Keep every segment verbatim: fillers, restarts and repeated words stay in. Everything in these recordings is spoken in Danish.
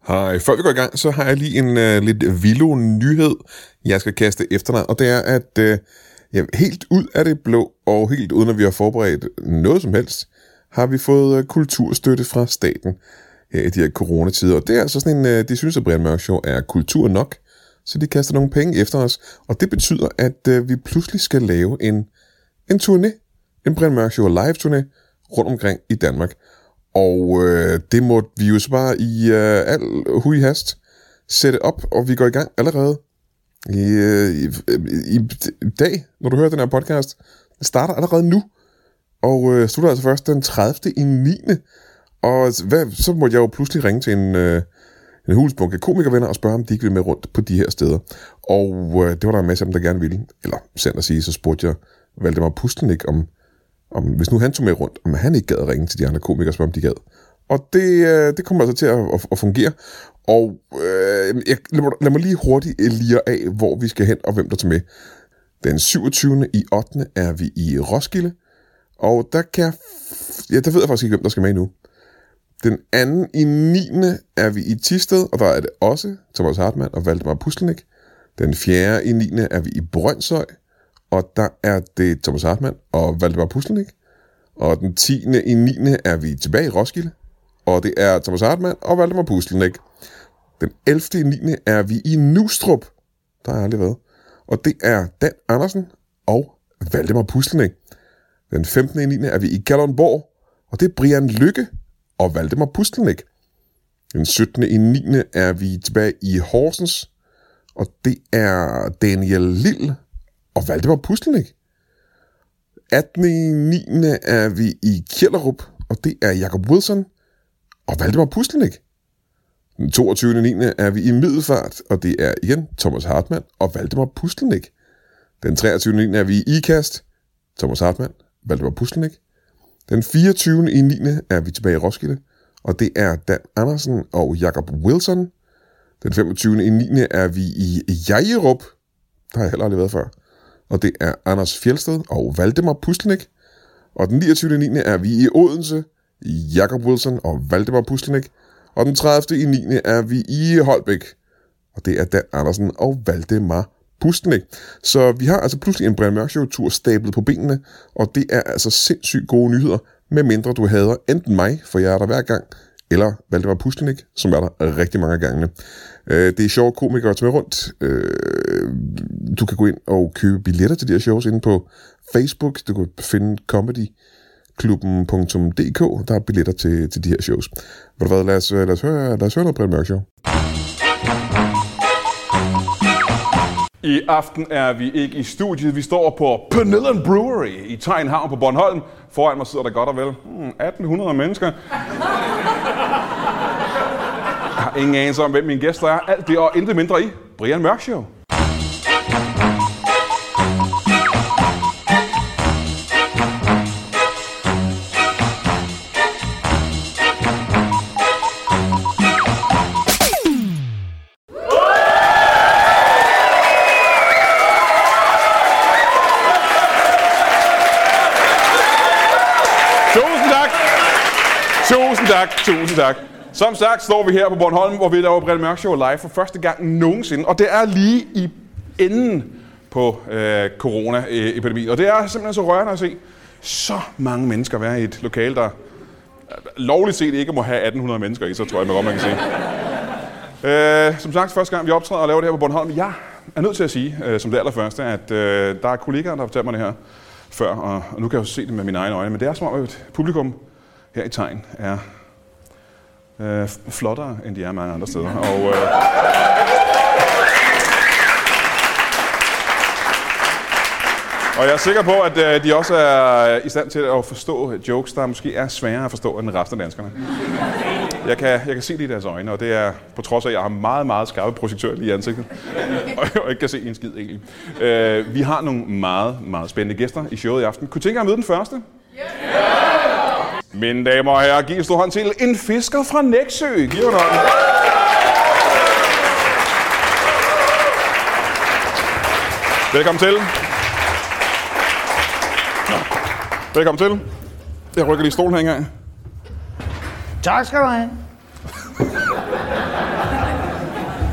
Hej, før vi går i gang, så har jeg lige en uh, lidt vilde nyhed, jeg skal kaste efter dig. Og det er, at uh, ja, helt ud af det blå, og helt uden at vi har forberedt noget som helst, har vi fået uh, kulturstøtte fra staten her i de her coronatider. Og det er altså sådan en, uh, de synes, at Brian Mørk Show er kultur nok, så de kaster nogle penge efter os. Og det betyder, at uh, vi pludselig skal lave en, en turné, en Brian Mørk Show live-turné rundt omkring i Danmark. Og øh, det må vi jo så bare i øh, al hui hast sætte op, og vi går i gang allerede i, øh, i, i, i dag, når du hører den her podcast. Det starter allerede nu, og øh, slutter altså først den tredivte i niende Og hvad, så måtte jeg jo pludselig ringe til en, øh, en hulsbunke komikervenner og spørge, om de ikke ville med rundt på de her steder. Og øh, det var der en masse af dem, der gerne ville. Eller sandt at sige, så spurgte jeg Valdemar Pustelnik om, om, hvis nu han tog med rundt, om han ikke gad at ringe til de andre komikere og spørge, om de gad. Og det, øh, det kommer altså til at, at, at fungere. Og øh, jeg, lad, mig, lad mig lige hurtigt lire af, hvor vi skal hen og hvem der tager med. Den syvogtyvende i ottende er vi i Roskilde. Og der kan jeg, ja, der ved jeg faktisk ikke, hvem der skal med nu. Den anden i niende er vi i Thisted, og der er det også Thomas Hartmann og Valdemar Pustelnik. Den fjerde i niende er vi i Brønshøj, og der er det Thomas Hartmann og Valdemar Pustelnik. Og den tiende i niende er vi tilbage i Roskilde, og det er Thomas Hartmann og Valdemar Pustelnik. Den ellevte i niende er vi i Nustrup, der har jeg aldrig været, og det er Dan Andersen og Valdemar Pustelnik. Den femtende i niende er vi i Kalundborg, og det er Brian Lykke og Valdemar Pustelnik. Den syttende i niende er vi tilbage i Horsens, og det er Daniel Lille og Valdemar Pustelnik. attende i niende er vi i Kjellerup, og det er Jacob Wilson og Valdemar Pustelnik. Den toogtyvende i niende er vi i Middelfart, og det er igen Thomas Hartmann og Valdemar Pustelnik. Den treogtyvende i niende er vi i Ikast, Thomas Hartmann, Valdemar Pustelnik. Den fireogtyvende i niende er vi tilbage i Roskilde, og det er Dan Andersen og Jacob Wilson. Den femogtyvende i niende er vi i Jajerup, der har jeg heller aldrig været før, og det er Anders Fjelsted og Valdemar Pustelnik. Og den niogtyvende i niende er vi i Odense, Jacob Wilson og Valdemar Pustelnik. Og den tredivte i niende er vi i Holbæk, og det er Dan Andersen og Valdemar Pustelnik. Så vi har altså pludselig en Brian Mørk Show-tur stablet på benene, og det er altså sindssygt gode nyheder, medmindre du hader enten mig, for jeg er der hver gang, eller Valdemar Pustelnik, som er der rigtig mange gange. Det er sjove komikere at tage med rundt. Du kan gå ind og købe billetter til de her shows inde på Facebook. Du kan finde comedyklubben punktum d k. Der er billetter til, til de her shows. Ved du hvad, lad os, lad os høre, lad os høre noget Brian Mørk Show. I aften er vi ikke i studiet. Vi står på Pernille Brewery i Tegnhavn på Bornholm. Foran mig sidder der godt og vel hmm, atten hundrede mennesker. Jeg har ingen anelse om, hvem mine gæster er. Alt det og intet mindre i Brian Mørk Show. Tusind tak, tusind tak. Som sagt står vi her på Bornholm, hvor vi laver Brian Mørk Show live for første gang nogensinde. Og det er lige i enden på øh, corona-epidemien. Og det er simpelthen så rørende at se så mange mennesker være i et lokale, der lovligt set ikke må have atten hundrede mennesker i, så tror jeg, man godt man kan sige. Øh, som sagt, første gang vi optræder og laver det her på Bornholm, jeg er nødt til at sige, øh, som det allerførste, at øh, der er kollegaer, der har fortalt mig det her før, og, og nu kan jeg jo se det med mine egne øjne, men det er som om, at publikum her i Tegn er øh, flottere, end de er mange andre steder. Og, øh, og jeg er sikker på, at øh, de også er i stand til at forstå jokes, der måske er sværere at forstå end resten af danskerne. Jeg kan, jeg kan se det i deres øjne, og det er på trods af, at jeg har meget, meget skarpe projektører lige i ansigtet. Og jeg ikke kan se en skid egentlig. Øh, vi har nogle meget, meget spændende gæster i showet i aften. Kunne I tænke jer at møde den første? Yeah! Mine damer og herrer, giv en stor hånd til en fisker fra Nexø. Giv en hånd. Velkommen til. Velkommen til. Jeg rykker lige stolen her engang. Tak skal du have.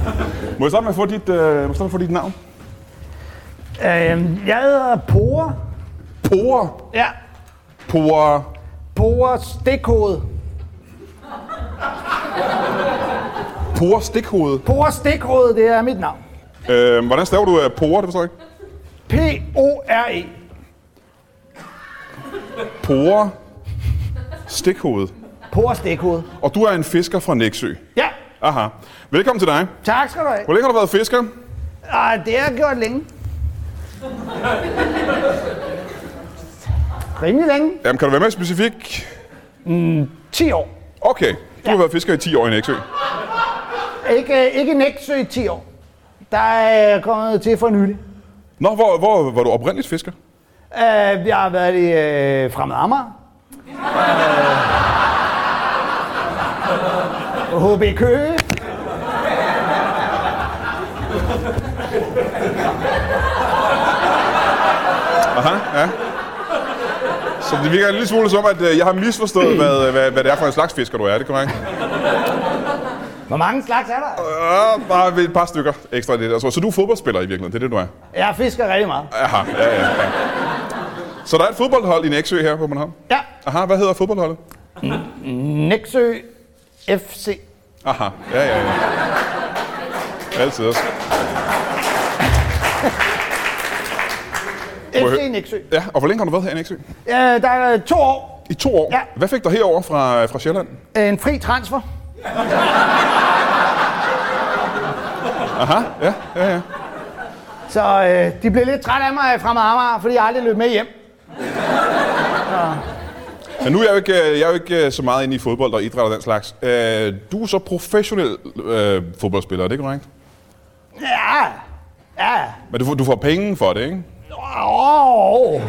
Må jeg starte med at få dit, øh, må jeg starte med at få dit navn? Øh, jeg hedder Pore. Pore? Ja. Pore? Pore Stikhoved. Pore Stikhoved? Pore Stikhoved, det er mit navn. Øh, hvordan staver du uh, Pore, det forstår jeg ikke? P O R E. Pore Stikhoved. Pore Stikhoved. Og du er en fisker fra Nexø? Ja. Aha. Velkommen til dig. Tak skal du have. Hvor længe har du været fisker? Ah, det har jeg gjort længe. Rimelig længe. Jamen, kan du være mere specifik? Mm, ti år. Okay. Du ja. har været fisker i ti år i Nexø. Ikke, ikke Nexø i ti år. Der er jeg kommet til for nylig. Nå, hvor, hvor var du oprindeligt fisker? Uh, jeg har været i uh, Fremad Amager. Uh, H B Køge. Aha, ja. Så det virker en lille smule som, at jeg har misforstået, hvad, hvad, hvad det er for en slags fisker, du er. Er det korrekt? Hvor mange slags er der? Uh, bare et par stykker ekstra i det. Altså, så du er fodboldspiller i virkeligheden, det er det, du er? Jeg fisker rigtig meget. Aha, ja, ja, ja. Så der er et fodboldhold i Nexø her på Bornholm? Ja. Aha, hvad hedder fodboldholdet? Nexø F C. Aha, ja, ja, ja. Altid også. F C Nexø. Ja, og hvor længe har du været her i Nexø? Ja, der er to år. I to år? Ja. Hvad fik du herover fra, fra Sjælland? En fri transfer. Aha, ja, ja, ja. Så øh, de blev lidt trætte af mig fra Amager, fordi jeg aldrig løb med hjem. Så. Men nu er jeg jo ikke, jeg er jo ikke så meget inde i fodbold og idræt og den slags. Øh, du er så professionel øh, fodboldspiller, er det korrekt? Ja, ja. Men du får, du får penge for det, ikke? Åh.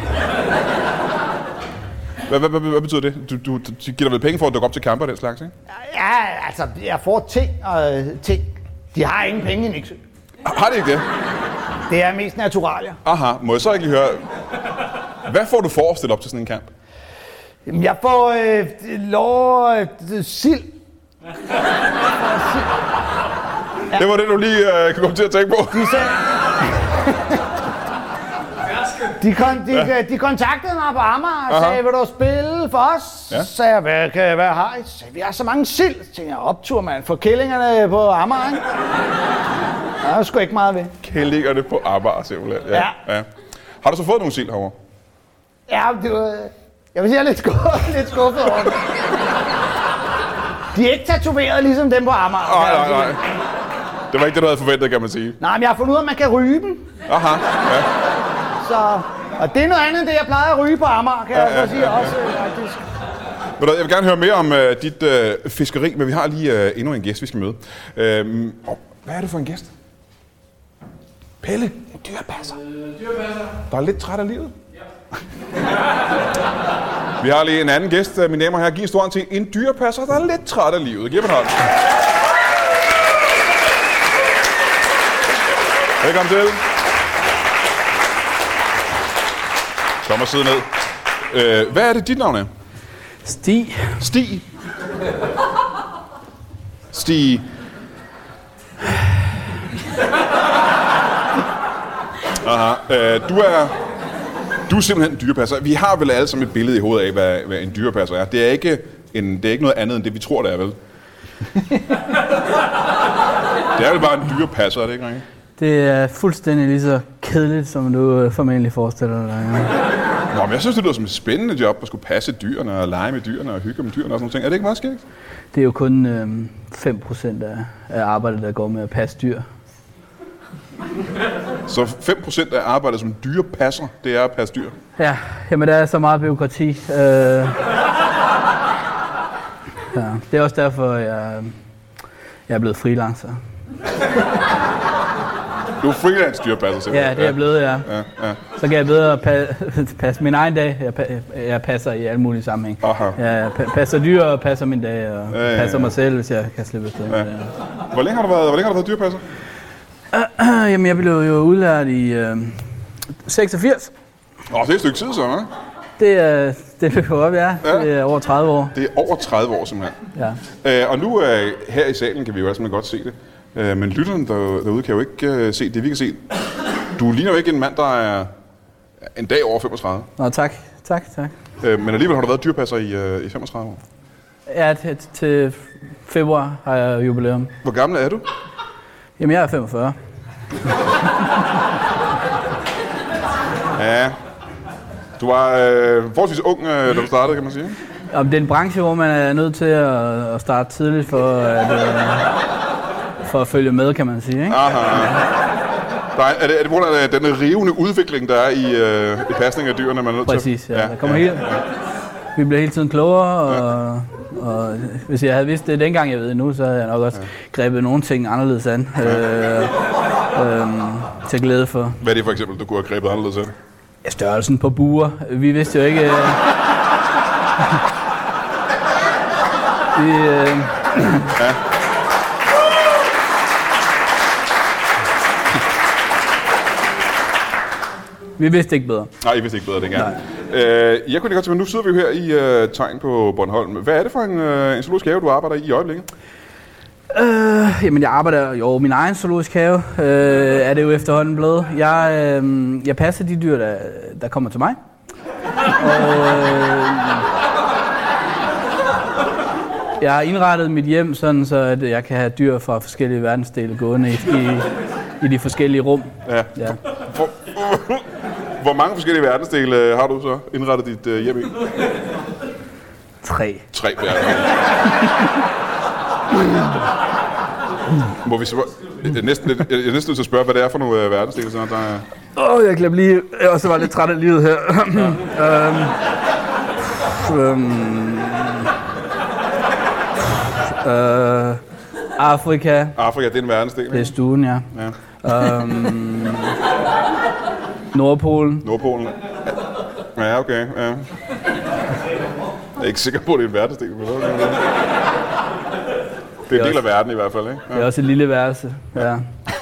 Hvad, hvad, hvad, hvad betyder det? Du, du, du giver dig vel penge for at dukke op til kamper og den slags, ikke? Ja, altså, jeg får ting og øh, ting. De har ingen penge i Nexø. Har de ikke det? Det er mest naturalier. Aha, må jeg så ikke lige høre, hvad får du for at stille op til sådan en kamp? Jamen, jeg får øh, lov øh, sild. Ja. Det var det, du lige øh, kan komme til at tænke på. De sagde... De, kon, de, ja. de kontaktede mig på Amager og sagde, vil du spille for os? Ja. Så sagde jeg, hvad, kan, hvad har I? Så sagde, vi har så mange sild. Så tænkte jeg, optur, mand, for kællingerne på Amager, ikke? Der er sgu ikke meget ved. Kællingerne på Amager, simpelthen. Ja. Ja. Ja. Har du så fået nogle sild herovre? Ja, det var, jeg vil sige, jeg er lidt skuffet, lidt skuffet over det. De er ikke tatoveret ligesom dem på Amager. Nej, nej, nej. Det var ikke det, du havde forventet, kan man sige. Nej, men jeg har fundet ud af, at man kan ryge dem. Aha, ja. Så, og det er noget andet, end det jeg plejede at ryge på Amager, kan ja, jeg ja, så sige ja, ja. også, faktisk. Jeg vil gerne høre mere om uh, dit uh, fiskeri, men vi har lige uh, endnu en gæst, vi skal møde. Uh, oh, hvad er det for en gæst? Pelle? En dyrepasser. Dyrepasser. Der er lidt træt af livet. Ja. Vi har lige en anden gæst, uh, mine damer her. Giv en stor hånd til en dyrepasser, der er lidt træt af livet. Giv mig en hånd. Velkommen til. Kom og sidde ned. Øh, hvad er det, dit navn er? Stig. Stig. Stig. Aha. Øh, du er... Du er simpelthen en dyrepasser. Vi har vel alle sammen et billede i hovedet af, hvad, hvad en dyrepasser er. Det er, ikke en, det er ikke noget andet, end det vi tror, det er, vel? Det er vel bare en dyrepasser, er det ikke rigtigt? Det er fuldstændig lige så kedeligt, som du formentlig forestiller dig. Ja. Nå, men jeg synes, det lyder som et spændende job at skulle passe dyrene og lege med dyrene og hygge med dyrene og sådan noget. Er det ikke meget skægt? Det er jo kun øhm, fem procent af, af arbejdet, der går med at passe dyr. Så fem procent af arbejdet som dyrepasser, det er at passe dyr? Ja, jamen der er så meget bureaukrati. Øh, ja, det er også derfor, jeg, jeg er blevet freelancer. Du er freelance dyrepasser simpelthen? Ja, det er jeg blevet, ja. ja, ja. Så kan jeg bedre pa- passe min egen dag. Jeg, pa- jeg passer i alle mulige sammenhæng. Jeg pa- passer dyr og passer min dag og ja, ja, ja. passer mig selv, hvis jeg kan slippe afsted. Ja. Hvor længe har du været, hvor længe har du været dyrepasser? Uh, uh, jamen, jeg blev jo udlært i uh, seksogfirs. Åh, oh, det er et stykke tid så, hva'? Det, uh, det vil jo godt være. Ja. Det er over tredive år. Det er over tredive år, simpelthen. Ja. Uh, og nu uh, her i salen kan vi jo simpelthen godt se det. Øh, men lytterne der, derude kan jo ikke øh, se det, vi kan se. Du ligner jo ikke en mand, der er en dag over femogtredive. Nå, tak. Tak, tak. Øh, men alligevel har du været dyrepasser i, øh, i femogtredive år. Ja, til, til februar har jeg jubilæum. Hvor gammel er du? Jamen, jeg er femogfyrre. Ja. Du var øh, forholdsvis ung, øh, da du startede, kan man sige. Jamen, det er en branche, hvor man er nødt til at, at starte tidligt for at, øh, for at følge med, kan man sige. Ikke? Aha. Der er, er, det, er det på grund af den rivende udvikling, der er i, øh, i pasning af dyrene, man er nødt til? Præcis, ja. Der kommer ja. Hele, vi bliver hele tiden klogere, og, ja. og hvis jeg havde vidst det dengang, jeg ved det nu, så havde jeg nok også ja. grebet nogle ting anderledes an. Ja. Øh, øh, til glæde for. Hvad er det for eksempel, du kunne have grebet anderledes an? Ja, størrelsen på buer. Vi vidste jo ikke... Øh, vi, øh, ja. Vi vidste ikke bedre. Nej, I vidste ikke bedre dengang. Øh, jeg kunne lige godt tænke mig, nu sidder vi jo her i uh, Tegn på Bornholm. Hvad er det for en, uh, en zoologisk have, du arbejder i i øjeblikket? Øh, jamen, jeg arbejder jo min egen zoologisk have, øh, er det jo efterhånden blevet. Jeg, øh, jeg passer de dyr, der, der kommer til mig. Og, øh, jeg har indrettet mit hjem sådan, så at jeg kan have dyr fra forskellige verdensdele gående i, i, i de forskellige rum. Ja. Ja. Hvor, hvor mange forskellige verdensdele har du så indrettet dit uh, hjem i? Tre. Tre verdensdele. Må vi så... Jeg er næsten, jeg er næsten nødt til at spørge, hvad det er for nogle uh, verdensdele, så der er... Åh, oh, jeg glemte lige... Jeg også var lidt træt af livet her. Ja. um, um, uh, Afrika. Afrika, det er en verdensdel. Det er stuen, ja. ja. Um, Nordpolen. Nordpolen. Ja, okay. Ja. Jeg er ikke sikker på, at det er en verdensdel. Det er en del af verden i hvert fald, ikke? Ja. Det er også et lille værelse, ja.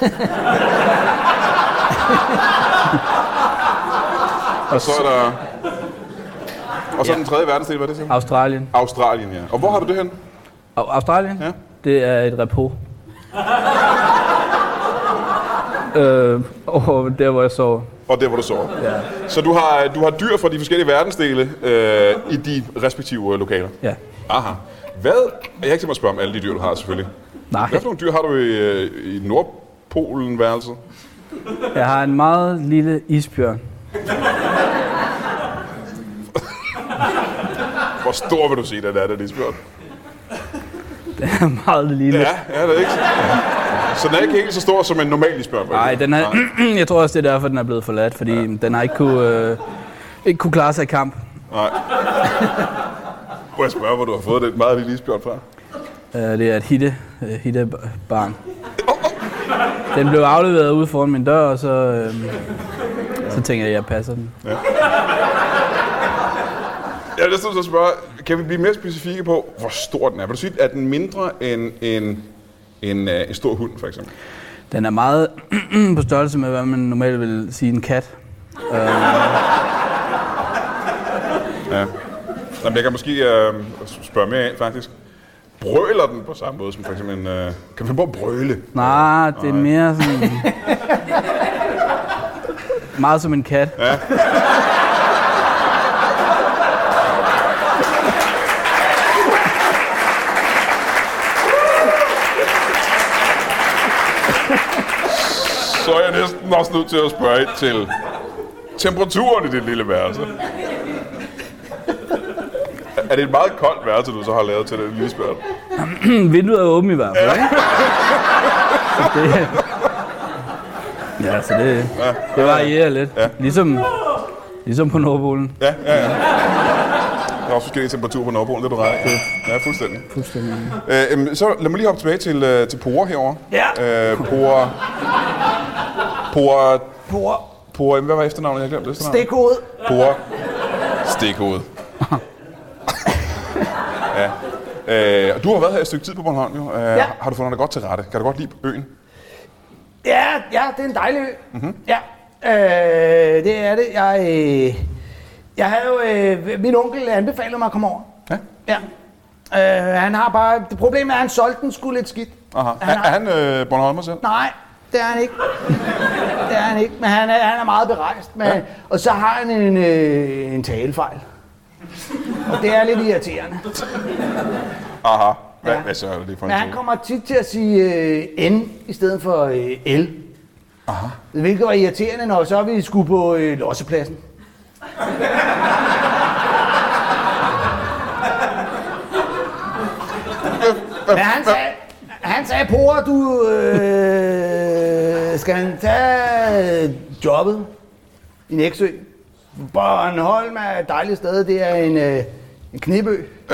Og så er der... Og så ja. Den tredje verdensdel, hvad er det simpelthen? Australien. Australien, ja. Og hvor har du det hen? Australien? Ja. Det er et repo. øh, og der, hvor jeg sover. Og der, hvor du sover. Ja. Så du har, du har dyr fra de forskellige verdensdele øh, i de respektive lokaler? Ja. Aha. Hvad? Jeg har ikke tænkt mig at spørge om alle de dyr, du har, selvfølgelig. Nej. Hvad for nogle dyr har du i, i Nordpolen-værelset? Jeg har en meget lille isbjørn. Hvor stor vil du sige, den er, den isbjørn? Den er meget lille. Ja, ja, det er ikke så. Så den er ikke helt så stor som en normal isbjørn? Nej, den er, Nej. Jeg tror også, det er derfor, den er blevet forladt, fordi ja. den har ikke kunne, øh, ikke kunne klare sig i kamp. Nej. Må jeg spørge, hvor du har fået den meget lille isbjørn fra? Uh, det er et hitte, uh, hittebarn. Den blev afleveret ude foran min dør, og så, øh, så tænker jeg, at jeg passer den. Ja. Jeg vil næsten så spørge, kan vi blive mere specifikke på, hvor stor den er? Vil du sige, at den mindre end en, en, uh, en stor hund, for eksempel? Den er meget på størrelse med, hvad man normalt vil sige en kat. Uh, ja. Jamen, jeg kan måske uh, spørge mere ind, faktisk. Brøler den på samme måde som for eksempel en... Uh, kan man bare brøle? Nej, det er mere sådan... meget som en kat. Ja. Så er jeg næsten også nødt til at spørge ind til temperaturen i det lille værelse. Er det et meget koldt værelse, du så har lavet til den lille spørgsmål? Vinduet er åbent i hvert fald, ikke? det, ja, så det, ja, det varierer lidt. Ja. Ligesom, ligesom på Nordpolen. Ja, ja, ja. Der er også forskellige temperaturer på Nordpolen, det er du ret. Ja, fuldstændig. Fuldstændig. Øh, så lad mig lige hoppe tilbage til, til Pora herovre. Ja. Øh, Pora... Pora... Pora... Pora... Hvad var efternavnet? Jeg glemte efternavnet. Stikhoved. Pora... Stikhoved. Ja. Øh, du har været her et stykke tid på Bornholm, jo. Øh, ja. Har du fundet dig godt til rette? Kan du godt lide øen? Ja, ja, det er en dejlig ø. Mm-hmm. Ja, øh, det er det. Jeg, øh, jeg havde jo... Øh, min onkel anbefalede mig at komme over. Ja? Ja. Øh, han har bare... Det problem er, at han solgte den sgu lidt skidt. Aha. Han er, er han øh, Bornholmer selv? Nej, det er han ikke. Det er han ikke, men han er, han er meget berejst. Men, ja. Og så har han en, øh, en talefejl. Og det er lidt irriterende. Aha. Hvad, Ja. hvad så er det for en Men han kommer tit til at sige øh, N i stedet for øh, L. Aha. Hvilket var irriterende, når så vi skulle på øh, lossepladsen. Men han sagde, han sagde, Pora, du øh, skal han tage jobbet i Nexø. Bornholm er et dejligt sted, det er en, øh, en knibø.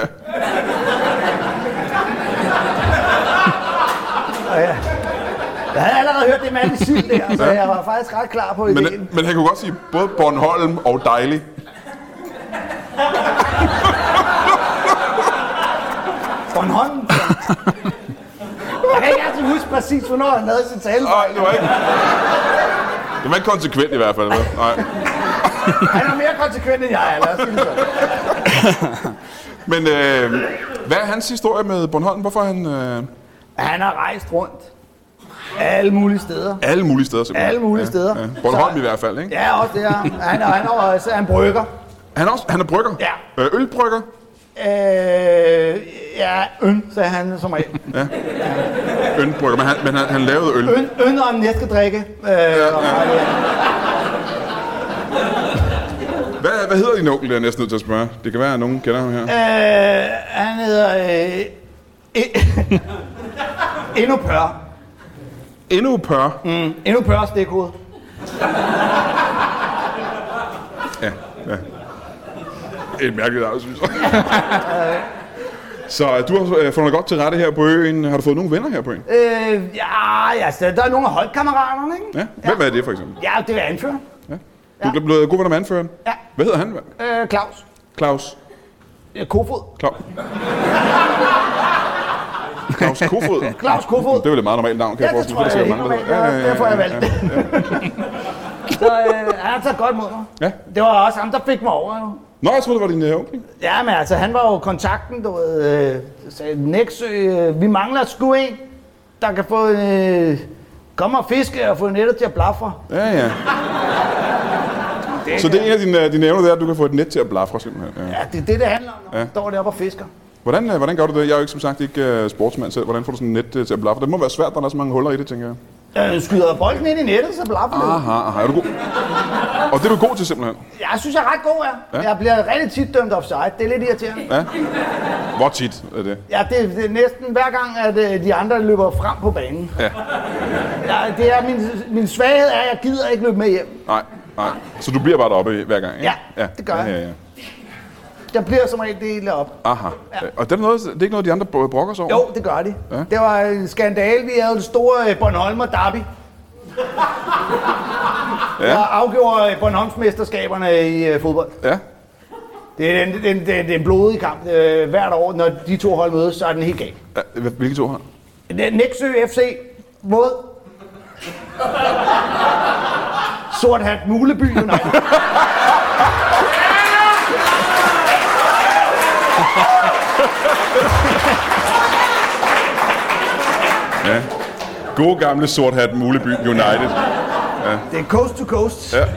Og ja, jeg havde allerede hørt det med alle sild der, så jeg var faktisk ret klar på ideen. Men, men han kunne godt sige både Bornholm og dejlig. Bornholm. Jeg kan ikke altid huske præcis, hvornår han lavede sin tale. Nej, det var ikke... Det var ikke konsekvent i hvert fald. Nej. Han er mere konsekvent end jeg er, lad os sige det så. Men øh, hvad er hans historie med Bornholm? Hvorfor er han... Øh... Han har rejst rundt. Alle mulige steder. Alle mulige steder, simpelthen. Alle mulige ja, steder. Ja. Bornholm så, i hvert fald, ikke? Ja, også det er han. Han er, han er også han brygger. Han er, også, han er brygger? Ja. Øh, ølbrygger? Øh, ja, øn, sagde han som regel. Ja. Ølbrygger, men han, men han, han lavede øl. Øn, øn og en næskedrikke. Øh, ja, ja. Hvad, hvad hedder din onkel, det er jeg næsten nødt til at spørge? Det kan være, at nogen kender ham her. Øh, han hedder... Øh, e- endnu pør. Endnu pør? Mm, endnu pør stikhoved. Ja, ja. Et mærkeligt navn, synes jeg. Så du har fundet godt til rette her på øen. Har du fået nogle venner her på øen? Øh, ja, altså, der er nogle af holdkammeraterne, ikke? Ja. Hvem er det, for eksempel? Ja, det er anføreren. Ja. Du er blevet god venner med anføreren? Ja. Hvad hedder han? Øh, Claus. Claus. Ja, Kofod. Claus. Claus Kofod. Claus Kofod. Det er vel et meget normalt navn, kan Ja, jeg det forestille tror mig. jeg er helt normalt. Derfor har jeg valgt det. Så øh, han har taget godt mod mig. Ja. Det var også ham, der fik mig over, jo. Nå, jeg troede, det var din uh, onkel. Ja, men altså, han var jo kontakten, du ved, øh, sagde, Nexø, øh, vi mangler sgu en, der kan få, øh, komme og fiske og få nettet til at blafre. Ja, ja. Så det er en af dine, dine evner, det er, at du kan få et net til at blafre, simpelthen. Ja. Ja, det er det, det handler om, når Ja. man står deroppe og fisker. Hvordan, øh, hvordan gør du det? Jeg er jo ikke, som sagt, ikke uh, sportsmand selv. Hvordan får du sådan et net uh, til at blafre? Det må være svært, når der er så mange huller i det, tænker jeg. Øh, skyder bolden ind i nettet, så blaffer det. Aha, aha. Er du god? Og det er du god til, simpelthen? Jeg synes, jeg er ret god, ja. Ja. Jeg bliver rigtig tit dømt offside. Det er lidt irriterende. Ja. Hvor tit er det? Ja, det, det er næsten hver gang, at øh, de andre løber frem på banen. Ja. Ja, det er min, min svaghed er, at jeg gider ikke løbe med hjem. Nej, nej. Så du bliver bare deroppe hver gang, ikke? Ja, det gør jeg. Ja, ja, ja. Jeg bliver som regel delt op. Aha. Ja. Og det er, noget, det er ikke noget, de andre bro- brokker sig over? Jo, det gør de. Ja. Det var en skandale. Vi havde det store øh, Bornholmer derby. Ja. Jeg afgjorde øh, Bornholmsmesterskaberne i øh, fodbold. Ja. Det er, en, det, er en, det er en blodig kamp. Øh, hvert år, når de to hold mødes, så er den helt gal. Ja, hvilke to har? Nexø F C mod Sort Hat Muleby United. Ja. God gamle Sort Hat Muleby United. Det er coast to coast. Ja, ja.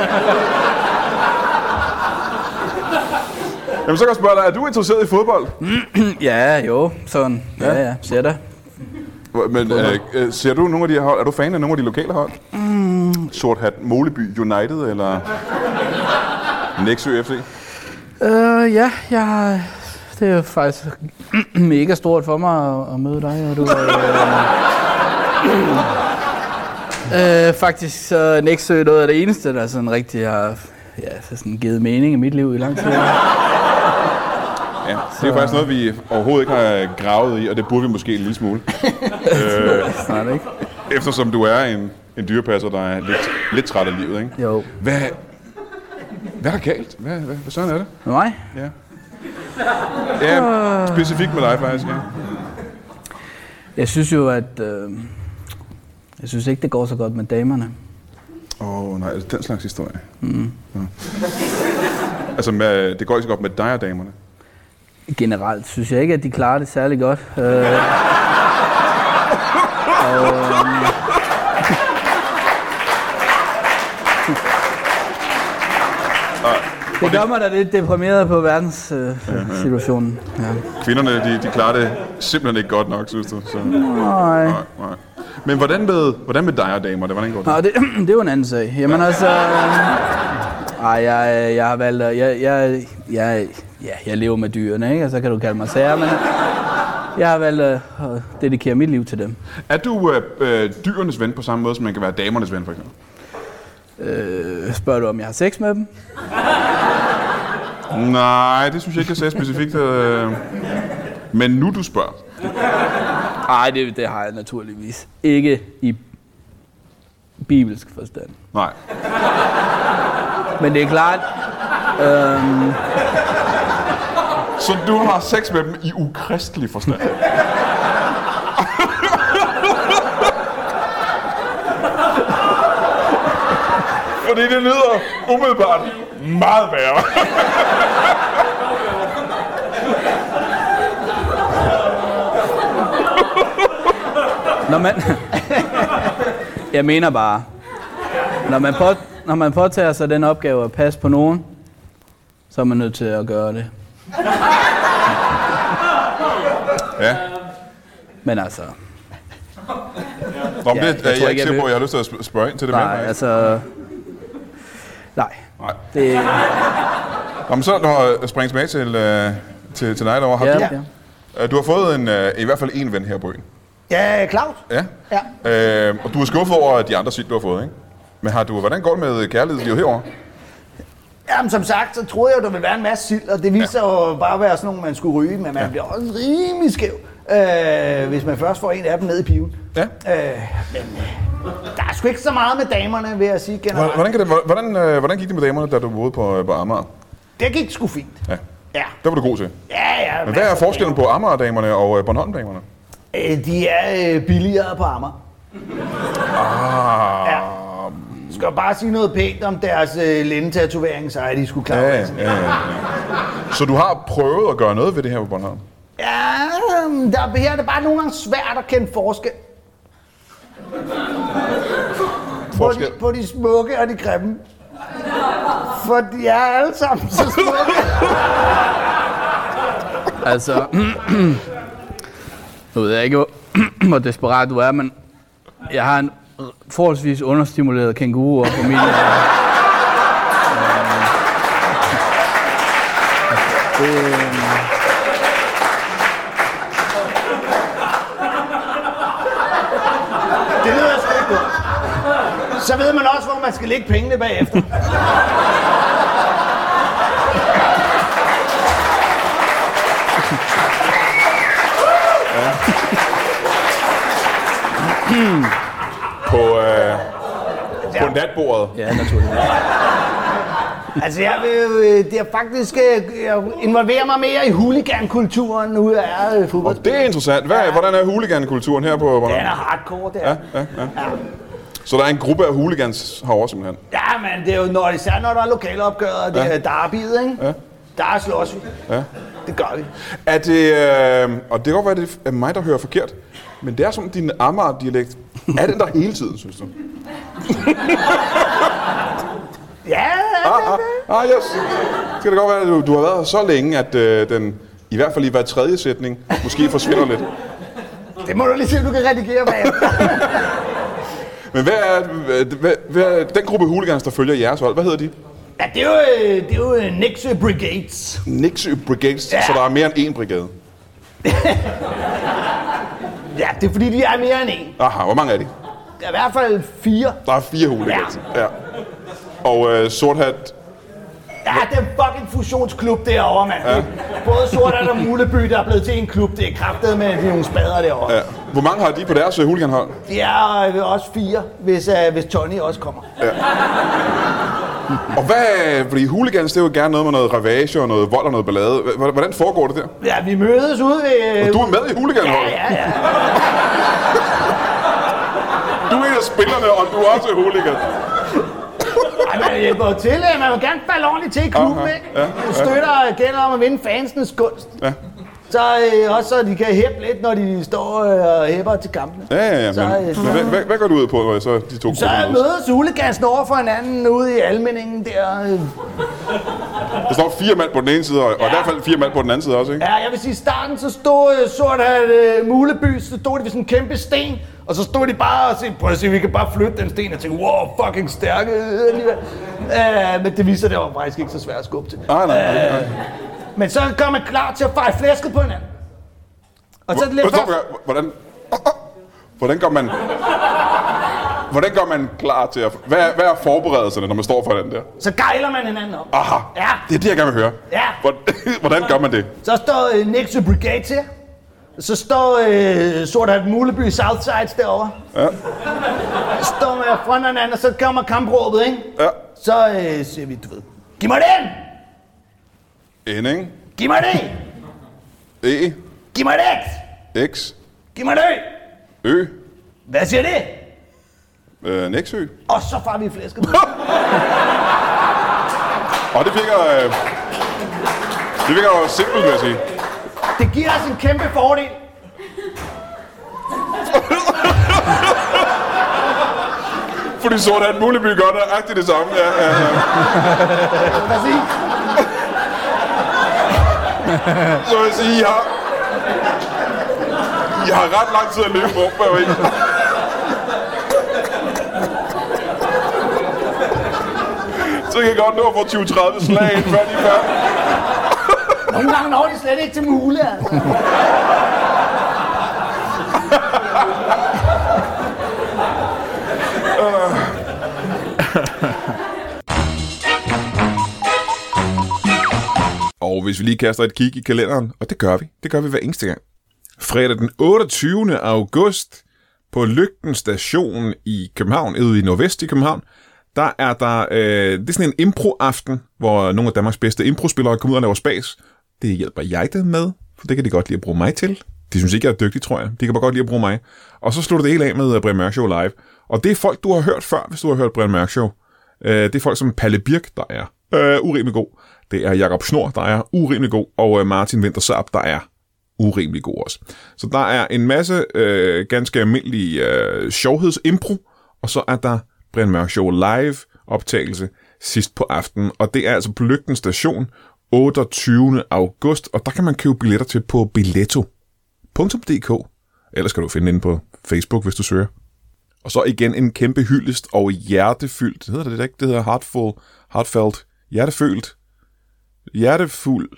Jamen, så kan jeg spørge dig, er du interesseret i fodbold? Ja, jo, sådan. Ja, ja, ser det. Men øh, øh, ser du nogle af de her hold? Er du fan af nogle af de lokale hold? Mm. Sort Hat Muleby United, eller Nexø F C? Øh, ja, jeg... Det er jo faktisk mega stort for mig at, at møde dig, og du øh, øh, faktisk så Nexø noget af det eneste, der sådan rigtig har ja, sådan givet mening i mit liv i lang tid. Ja, det er faktisk noget, vi overhovedet ikke har gravet i, og det burde vi måske en lille smule. øh, Snart, ikke? eftersom du er en, en dyrepasser, der er lidt, lidt træt af livet, ikke? Jo. Hvad, hvad er der galt? Hvad, hvad, hvad sådan er det? Med mig? Ja. Ja, specifikt med dig faktisk, ja. Jeg synes jo, at... Øh, jeg synes ikke, det går så godt med damerne. Åh, oh, nej, altså den slags historie. Mm. Ja. Altså, med, det går ikke så godt med dig og damerne? Generelt synes jeg ikke, at de klarer det særlig godt. Øh, Og, øhm, det gør mig da lidt deprimeret på verdenssituationen. Øh, ja. Kvinderne, de, de klarer det simpelthen ikke godt nok, synes du? Så. Nej. Nej, nej. Men hvordan med, hvordan med dig og damer? Det, hvordan går det? Nå, det, det er jo en anden sag. Jamen altså... Ej, jeg, jeg har valgt at... Jeg, jeg, jeg, ja, jeg lever med dyrene, ikke? Og så kan du kalde mig sær, men... Jeg har valgt at dedikere mit liv til dem. Er du øh, øh, dyrenes ven på samme måde, som man kan være damernes ven, for eksempel? Øh, spørger du, om jeg har sex med dem? Nej, det synes jeg ikke, jeg sagde specifikt. Øh... Men nu du spørger. Nej, det, det har jeg naturligvis. Ikke i bibelsk forstand. Nej. Men det er klart... Øhm... Så du har sex med dem i ukristelig forstand? Fordi det lyder umiddelbart meget værre. Når man... Jeg mener bare, når man, på, når man påtager sig den opgave at passe på nogen, så er man nødt til at gøre det. Ja. Men altså... Nå, men Ja, det jeg er jeg, tror jeg ikke, ikke sikker jeg på, at jeg har lyst til at spørge ind til det Nej, mere. altså... Nej. Nej. Det... Nå, men så når jeg springer tilbage til, øh, til, til dig derovre. Har Ja, du, ja. øh, du har fået en, øh, i hvert fald en ven her på øen. Ja, Claus. Ja. Ja. Øh, og du er skuffet over de andre sild, du har fået, ikke? Men har du, hvordan går det med kærlighedslivet herovre? Jamen, som sagt, så troede jeg, der ville være en masse sild, og det viste sig jo bare at være sådan nogle, man skulle ryge, men man ja. bliver også rimelig skæv, øh, hvis man først får en af dem ned i piven. Ja. Øh, men der er sgu ikke så meget med damerne, vil jeg sige generelt. Hvordan, kan det, hvordan, øh, hvordan gik det med damerne, da du boede på, på Amager? Det gik sgu fint. Ja. Ja. Der var du god til. Ja, ja. Men hvad er forskellen på Amager-damerne og øh, Bornholm-damerne? Øh, de er øh, billigere på Amager. Ah. Ja. Jeg skal bare sige noget pænt om deres øh, lændetatovering, så er de sgu klar. Ja, ja, ja, ja. Så du har prøvet at gøre noget ved det her på Bornholm? Ja, der, her er det bare nogle gange svært at kende forskel. På Forskel? de, på de smukke og de grimme. For de er alle sammen så smukke. Altså... Nu ved jeg ikke, hvor, hvor desperat du er, men... Jeg har en forholdsvis understimuleret kænguru på min... Øh, øh, det, Det lyder sgu ikke godt. Så ved man også, hvor man skal lægge pengene bagefter. På, øh, på natbordet? ja, naturligvis. Altså, jeg vil det er faktisk øh, jeg involverer mig mere i hooligankulturen, nu er jeg øh, fodbold. Og det er interessant. Hvad, ja. Hvordan er hooligankulturen her på Bornholm? Den er hardcore, det er. Ja, ja, ja. ja. Så der er en gruppe af hooligans herovre simpelthen? Ja, men det er jo når, især når der er lokalopgør, og det Ja. er derbyet, ikke? Ja. Der slås vi. Ja. Det gør vi. Er det, øh, og det kan godt være, at det er mig, der hører forkert, men det er som din Amager-dialekt. Er den der hele tiden, synes du? Ja, Ah, ah, ah, yes. Det kan det godt være, at du, du har været her så længe, at øh, den i hvert fald i hver tredje sætning måske forsvinder lidt. det må du lige se, om du kan redigere bagefter. Men hvad er, hvad, hvad er den gruppe hooligans, der følger jeres hold? Hvad hedder de? Ja, det er jo, øh, det er jo øh, Nexø Brigades. Nexø Brigades, ja. Ja. Så der er mere end én brigade. Ja, det er fordi, de er mere end en. Aha, hvor mange er de? Der er i hvert fald fire. Der er fire hooligans. Ja. Ja. Og øh, sort hat. Ja, det er en fucking fusionsklub derovre, mand. Ja. Både Sorthat og Muleby, der er blevet til en klub. Det er kraftet med de nogle spader derovre. Ja. Hvor mange har de på deres øh, hooliganhold? De er øh, også fire, hvis, øh, hvis Tony også kommer. Og hvad, fordi hooligans, det er jo gerne noget med noget ravage og noget vold og noget ballade. H- Hvordan foregår det der? Ja, vi mødes ude ved... Og du er med i hooliganholdet? Ja, ja, ja. Du er en af spillerne, og du er også hooligan. Ej, man hjælper jo til. øh, Man vil gerne falde ordentligt til i klubben, Aha, ikke? ja, Man støtter og gælder om at vinde fansenes gunst. Ja. Så øh, også så de kan hæppe lidt, når de står øh, og hæpper til kampene. Ja, ja, ja. Så, Men, øh, men hvad, hvad, hvad går du ud på, når så de to Så mødes huligansen over for hinanden ude i Almindingen der. Øh. Der står fire mand på den ene side, og, ja. og i hvert fald fire mand på den anden side også, ikke? Ja, jeg vil sige, i starten så stod øh, sort at øh, Muleby, så stod de ved sådan en kæmpe sten, og så stod de bare og sagde, prøv at se, vi kan bare flytte den sten, og tænkte, wow, fucking stærke alligevel. Øh, men det viser, det var faktisk ikke så svært at skubbe til. Ah, nej, nej, nej. Øh, men så gør man klar til at feje flæsket på hinanden. Og så er det lidt Hvordan, hvordan, hvordan gør man... Hvordan gør man klar til at... Hvad er, hvad er forberedelserne, når man står for den der? Så gejler man hinanden op. Aha, ja. Det er det, jeg gerne vil høre. Ja. Hvordan, hvordan gør man det? Så står øh, Nexø Brigade til. Så står øh, Sort Hat Muleby Southsides derovre. Ja. Så står man fronterne an, og så kommer kampråbet, ikke? Ja. Så øh, siger vi, du ved, giv mig den! N, ikke? Giv mig det! E. Giv mig det! X. Giv mig det! Ø. Hvad siger det? Øh, Nexø. Og så farer vi flæsket. Og det virker... Øh, det virker jo simpelt, vil jeg sige. Det giver os en kæmpe fordel. Fordi Sort Hat Muleby gør det agtigt det samme. Ja, ja, ja. Hvad siger? Så vil jeg sige, jeg har... Jeg har ret lang tid at løbe på, hvad ikke? Så kan jeg godt nå at få tyve tredive slag ind, før de er færdige. Nogle gange når de slet ikke til mule, altså. Og hvis vi lige kaster et kig i kalenderen, og det gør vi, det gør vi hver eneste gang. Fredag den otteogtyvende august på Lygten Station i København, ude i Nordvest i København, der er der, øh, det er sådan en impro-aften, hvor nogle af Danmarks bedste impro-spillere kommer ud og laver spas. Det hjælper jeg dem med, for det kan de godt lide at bruge mig til. De synes ikke, jeg er dygtig, tror jeg. De kan bare godt lide at bruge mig. Og så slutter det hele af med Brian Mørk Show live. Og det er folk, du har hørt før, hvis du har hørt Brian Mørk Show. Øh, det er folk som Palle Birk, der er øh, urimelig god. Det er Jakob Schnor, der er urimelig god. Og øh, Martin Winter-Saab, der er urimelig god også. Så der er en masse øh, ganske almindelige øh, sjovhedsimpro. Og så er der Brian Mørk Show live optagelse sidst på aftenen. Og det er altså på Lygten Station otteogtyvende august. Og der kan man købe billetter til på billetto punktum d k. Ellers skal du finde den på Facebook, hvis du søger. Og så igen en kæmpe hyldest og hjertefyldt. Det hedder det ikke? Det hedder heartful, heartfelt. Hjertefølt. Hjertefuld.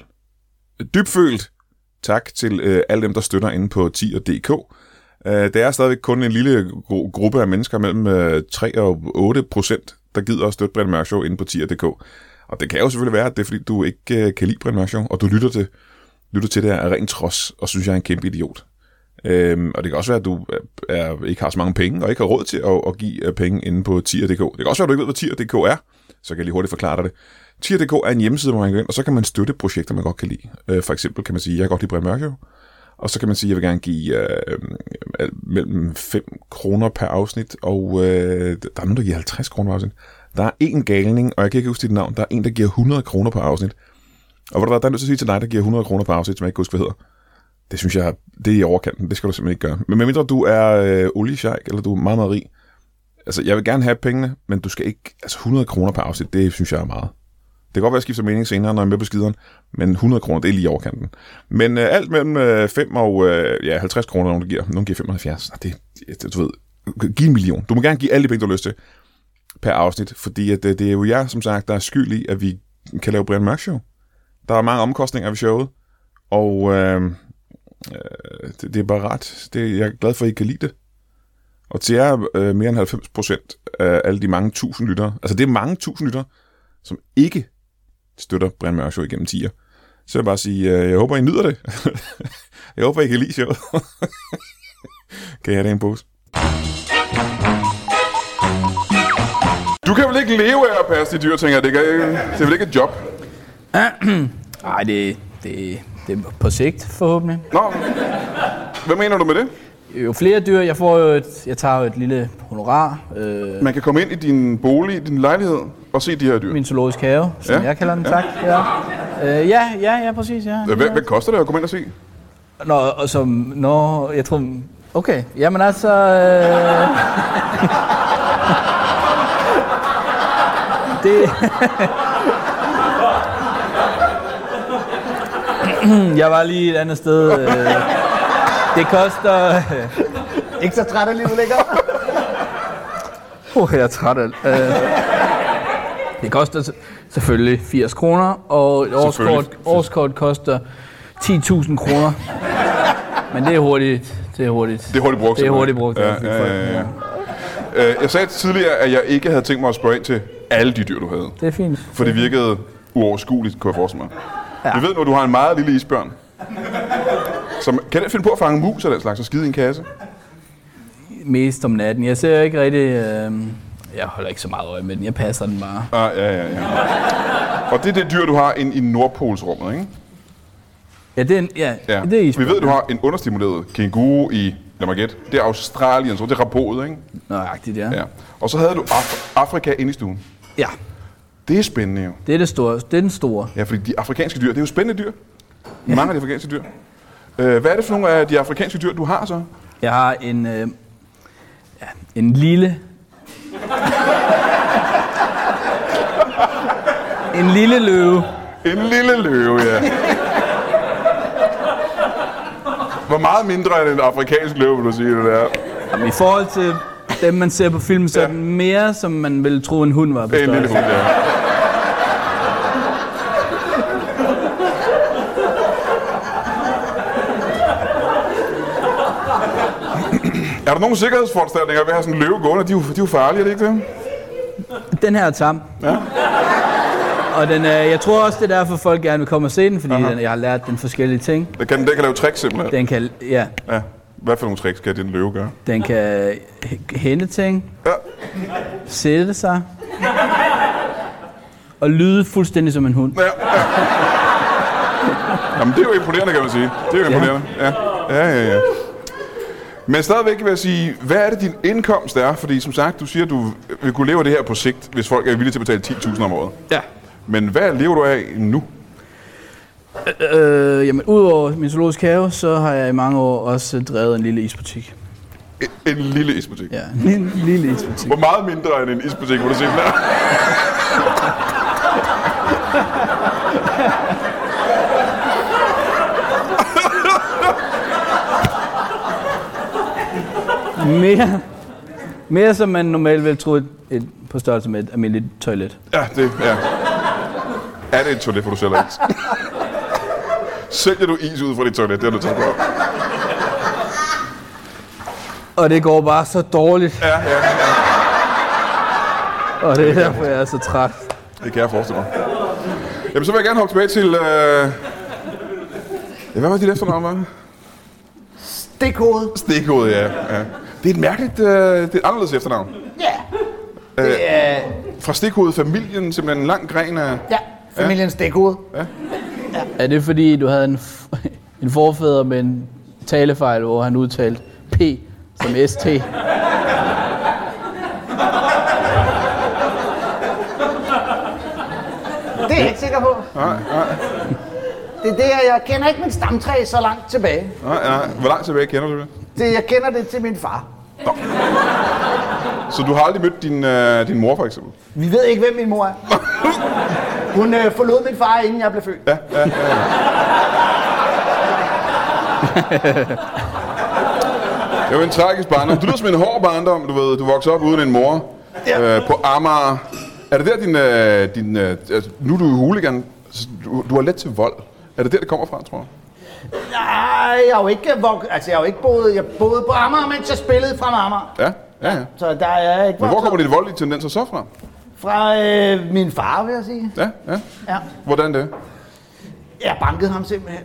Dybfølt. Tak til øh, alle dem, der støtter inde på tier punktum d k. Øh, det er stadigvæk kun en lille gru- gruppe af mennesker mellem øh, tre og otte procent, der gider at støtte Brian Mørk Show inde på tier punktum d k. Og det kan jo selvfølgelig være, at det er fordi, du ikke øh, kan lide Brian Mørk Show, og du lytter til, lytter til det af ren trods, og synes, jeg er en kæmpe idiot. Øhm, og det kan også være, at du er, ikke har så mange penge, og ikke har råd til at, at give penge inde på tier punktum d k. Det kan også være, at du ikke ved, hvad tier punktum d k er, så kan jeg lige hurtigt forklare dig det. tier punktum d k er en hjemmeside, hvor man kan gå ind, og så kan man støtte projekter, man godt kan lide. Øh, for eksempel kan man sige, jeg kan godt lide Brian Mørk Show, og så kan man sige, at jeg vil gerne give øh, øh, mellem fem kroner per afsnit, og øh, der er nogen, der giver halvtreds kroner per afsnit. Der er en galning, og jeg kan ikke huske dit navn, der er en, der giver hundrede kroner per afsnit. Og hvor der er nødt til at sige til dig, der giver hundrede kroner per afsnit, som jeg ikke husker, hvad hedder. Det synes jeg, det er i overkanten. Det skal du simpelthen ikke gøre. Men medmindre du er øh, oliesjejk, eller du er meget, meget rig. Altså, jeg vil gerne have pengene, men du skal ikke... Altså, hundrede kroner per afsnit, det synes jeg er meget. Det kan godt være, at jeg skifter mening senere, når jeg er med på skideren. Men hundrede kroner, det er lige i overkanten. Men øh, alt mellem øh, fem og øh, ja, halvtreds kroner, nogen der giver. Nogen giver femoghalvfjerds. Det, det, du ved, giv en million. Du må gerne give alle de penge, du har lyst til per afsnit. Fordi at, det er jo jer, som sagt, der er skyld i, at vi kan lave Brian Mørk Show. Der er mange omkostninger ved showet. Og... Øh, Det, det er bare ret. Det, jeg er glad for, at I kan lide det. Og til jer øh, mere end halvfems procent af alle de mange tusind lyttere, altså det er mange tusind lyttere, som ikke støtter Brian Mørk Show igennem tier. Så vil jeg bare sige, øh, jeg håber, I nyder det. Jeg håber, I kan lide showet. Kan I have det i en pose? Du kan vel ikke leve af at passe de dyr, tænker jeg. Det, kan, det er vel ikke et job? Nej, det, det, det er på sigt, forhåbentlig. Nå, hvad mener du med det? Jo flere dyr, jeg får jo et, jeg tager jo et lille honorar. Øh, Man kan komme ind i din bolig, din lejlighed, og se de her dyr. min zoologisk have, som Ja, jeg kalder den, ja. tak. Ja. Øh, ja, ja, ja, præcis, ja. Hvad, hvad koster det at komme ind og se? Nå, og som... Nå, jeg tror... Okay, jamen altså... Øh... det... Jeg var lige et andet sted. Det koster... Ikke så træt af livet længere? Uh, jeg er træt af det. koster selvfølgelig firs kroner, og et årskort, årskort koster ti tusind kroner. Men det er hurtigt. Det er hurtigt. Det er hurtigt brugt. Det er hurtigt brugt. Ja, ja, ja, ja. ja. Jeg sagde tidligere, at jeg ikke havde tænkt mig at spørge ind til alle de dyr, du havde. Det er fint. For det virkede uoverskueligt, kunne jeg forestille mig. Ja. Vi ved nu, at du har en meget lille isbjørn. Som, kan den finde på at fange mus og den slags og skide i en kasse? Mest om natten. Jeg ser ikke rigtig... Øh... Jeg holder ikke så meget øje med den. Jeg passer den bare. Ah, ja, ja, ja. Og det er det dyr, du har inde i Nordpolsrummet, ikke? Ja, det er, en, ja, Ja. det er isbjørn. Vi ved, at du har en understimuleret kænguru i, lad mig gætte, det er Australien, så det er rabodet, ikke? Nøjagtigt, ja. Ja. Og så havde du Af- Afrika inde i stuen. Ja, Det er spændende jo. det er det store. Det er den store. Ja, fordi de afrikanske dyr, det er jo spændende dyr. Ja. Mange af de afrikanske dyr. Øh, hvad er det for nogle af de afrikanske dyr, du har så? Jeg har en, øh, ja, en lille... en lille løve. En lille løve, ja. Hvor meget mindre end en afrikansk løve, vil du sige, det der? Jamen, i forhold til dem, man ser på film, så er den mere, som man ville tro, en hund var på En lille størrelse. hund, ja. Er der nogle sikkerhedsforanstaltninger ved at have sådan en løve gående? De er jo, de er jo farlige, er det ikke det? Den her er tam. Ja. Og den, øh, jeg tror også, det er derfor, folk gerne vil komme og se den, fordi Aha. den, jeg har lært den forskellige ting. Den kan, den kan lave tricks simpelthen. Den kan, ja, Ja. Hvad for nogle tricks kan den løve gøre? den kan h- hente ting, Ja. sætte sig og lyde fuldstændig som en hund. Ja, ja. Jamen, det er jo imponerende, kan man sige. Det er jo imponerende. Ja, ja, ja. ja. Men stadigvæk vil jeg sige, hvad er det din indkomst er? Fordi som sagt, du siger, at du vil kunne leve af det her på sigt, hvis folk er villige til at betale ti tusind om året. Ja. Men hvad lever du af nu? Øh, jamen, udover min zoologisk have, så har jeg i mange år også drevet en lille isbutik. En, en lille isbutik. Ja, en lille isbutik. Hvor meget mindre end en isbutik, må du sige den er? Mere, mere som man normalt vil tro et, et, på størrelse med et almindeligt toilet. Ja, det ja. Er det et toilet, hvor du sælger is? Sælger du is ud fra dit toilet? Det er du taget på. Og det går bare så dårligt. Ja, ja, ja. Og det er derfor, jeg er så træt. Det kan jeg forestille mig. Jamen, så vil jeg gerne hoppe tilbage til... Øh... Ja, hvad var dit efternavn, var? Stikhoved. Stikhoved, ja. ja. Det er et mærkeligt... Øh... Det er et anderledes efternavn. Ja. Det er... Fra Stikhoved-familien, simpelthen en lang gren af... Ja, familien Stikhoved. Er det fordi, du havde en, f- en forfader med en talefejl, hvor han udtalte P som S T? Det er jeg ikke sikker på. Nej, nej. Det er det, jeg, jeg kender ikke min stamtræ så langt tilbage. Nej, nej. Hvor langt tilbage kender du det? Det, jeg kender det til min far. Så du har aldrig mødt din, øh, din mor, for eksempel? Vi ved ikke, hvem min mor er. Hun øh, forlod min far, inden jeg blev født. Ja, ja, ja. Det var en tragisk barndom. Du lyder som en hård barndom, du ved. Du voksede op uden en mor. Ja. Øh, på Amager. Er det der din... Øh, din øh, altså, nu er du hooligan. Du, du har let til vold. Er det der, det kommer fra, tror jeg? Nej, jeg har jo ikke, vok- altså, jeg har jo ikke boet... Jeg boede på Amager, mens jeg spillede fra Amager. Ja, ja, ja. Så der er ikke... Men hvor kommer dit voldelige tendenser så fra? Fra øh, min far, vil jeg sige. Ja, ja. Ja. Hvordan det? Jeg bankede ham simpelthen.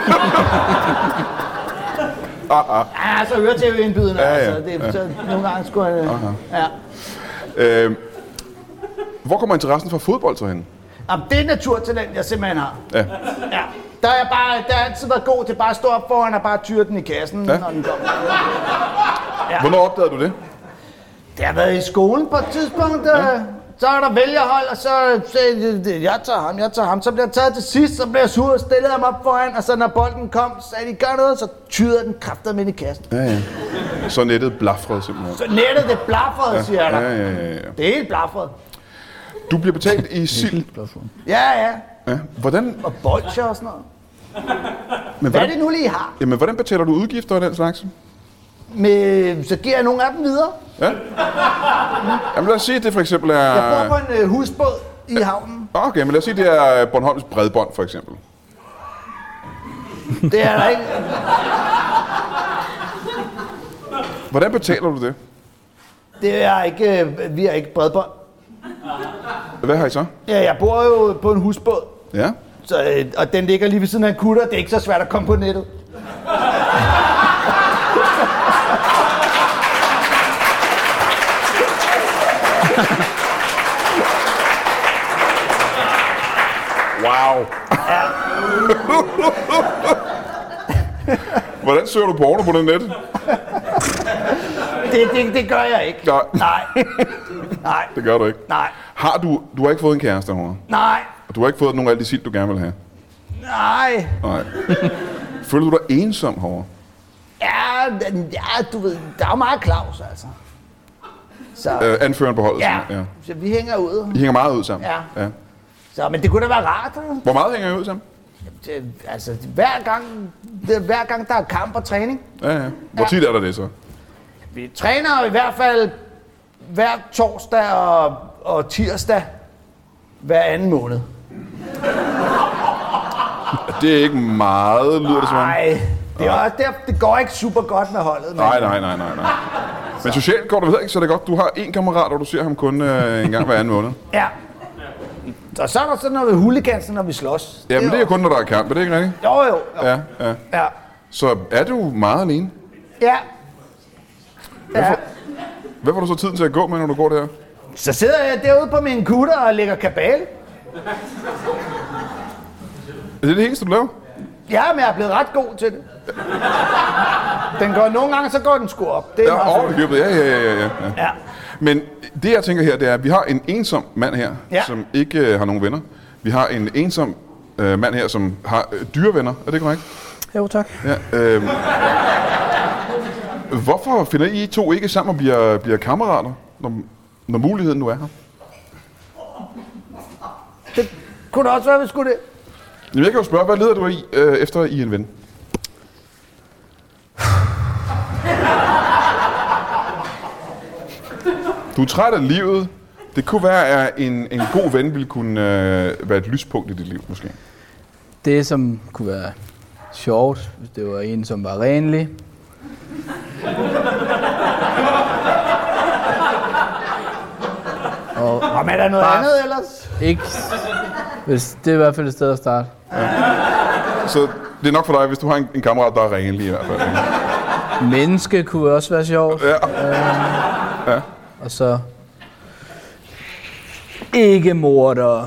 Ah, ah. Ja, så hører til indbydende. Ja, ja, Altså, det, ja. så nogle gange skulle jeg... Ja. Øh, hvor kommer interessen for fodbold så hen? Jamen, det er et naturtalent, jeg simpelthen har. Ja. Ja. Der er jeg bare, der har altid været god til bare at stå op foran og bare tyre den i kassen, Ja. når den kommer. Hvornår opdagede du det? Det har været i skolen på et tidspunkt. Ja. Så er der vælgerhold, og så sagde jeg tager ham, jeg tager ham. Så bliver jeg taget til sidst, så bliver jeg sur og stillede ham op foran, og så når bolden kom, så sagde de, gør noget, så tyder den kraftet med i kassen. Ja, ja. Så nettet blafrede simpelthen. Så nettet det blafrede, ja, siger jeg ja, der. ja, ja, ja. Det er helt blafret. Du bliver betalt i sild. Ja, ja. Ja. Hvordan? Og bolcher og sådan noget. Men Hvad hvordan, er det nu lige har? Jamen, hvordan betaler du udgifter og den slags? Med, så giver jeg nogle af dem videre. Ja. Jamen lad os sige, at det for eksempel er... Jeg bor på en øh, husbåd i havnen. Okay, men lad os sige, at det er Bornholms bredbånd for eksempel. Det er der ikke. Hvordan betaler du det? Det er ikke, øh, vi er ikke bredbånd. Hvad har I så? Ja, jeg bor jo på en husbåd. Ja. Så, øh, og den ligger lige ved siden af en kutter. Det er ikke så svært at komme på nettet. Wow. Ja. Hvordan søger du porno på den net? Det, det, det gør jeg ikke. Nej. Nej. Nej. Det gør du ikke. Nej. Har du... Du har ikke fået en kæreste, Hårde? Nej. Og du har ikke fået nogen af de sild, du gerne vil have? Nej. Nej. Føler du dig ensom, Hårde? Ja, ja, du ved, der er jo meget Claus, altså. Så, Øh, anføreren på holdet? ja, ja. så vi hænger ud. I hænger meget ud sammen? Ja. ja. Så, men det kunne da være rart. Hvor meget hænger I ud sammen? Det, altså, hver gang, det, hver gang der er kamp og træning. Ja, ja. Hvor tit er der det så? Vi træner i hvert fald hver torsdag og, og tirsdag hver anden måned. Det er ikke meget, lyder det som om. Nej, det, er også, det, det går ikke super godt med holdet. Nej, nej, nej, nej, nej. Men socialt går det vel ikke så det godt. Du har en kammerat, og du ser ham kun øh, en gang hver anden måned. Ja. Og så er der sådan noget ved huligansen, når vi slås. Jamen, det er kun, når der er kamp. Er det ikke rigtigt? Jo, jo. jo. Ja, ja. Ja. Så er du meget alene? Ja. Hvad Ja. får, hvad får du så tiden til at gå med, når du går der? Så sidder jeg derude på min kutter og lægger kabale. Er det det eneste, du laver? Ja, men jeg er blevet ret god til det. Den går nogle gange, så går den sgu op. Det er Ja, meget over i købet. Ja, ja, ja, ja, ja. Ja. Men det, jeg tænker her, det er, at vi har en ensom mand her, Ja. som ikke øh, har nogen venner. Vi har en ensom øh, mand her, som har øh, dyrevenner. Er det korrekt? Jo, tak. Ja. Øh, hvorfor finder I to ikke sammen og bliver, bliver kammerater, når, når muligheden nu er her? Det kunne da også være, vi skulle det. Jamen, jeg kan jo spørge, hvad leder du i, øh, efter I er en ven? Du er træt af livet. Det kunne være, at en, en god ven ville kunne øh, være et lyspunkt i dit liv, måske. Det, som kunne være sjovt, hvis det var en, som var renlig. Og Og men er der noget Bare- andet ellers? ikke... Hvis det er i hvert fald et sted at starte. Så det er nok for dig, hvis du har en, en kammerat, der er renlig i hvert fald. Ikke? Menneske kunne også være sjovt. Ja. Ja. Og så... Ikke mordere.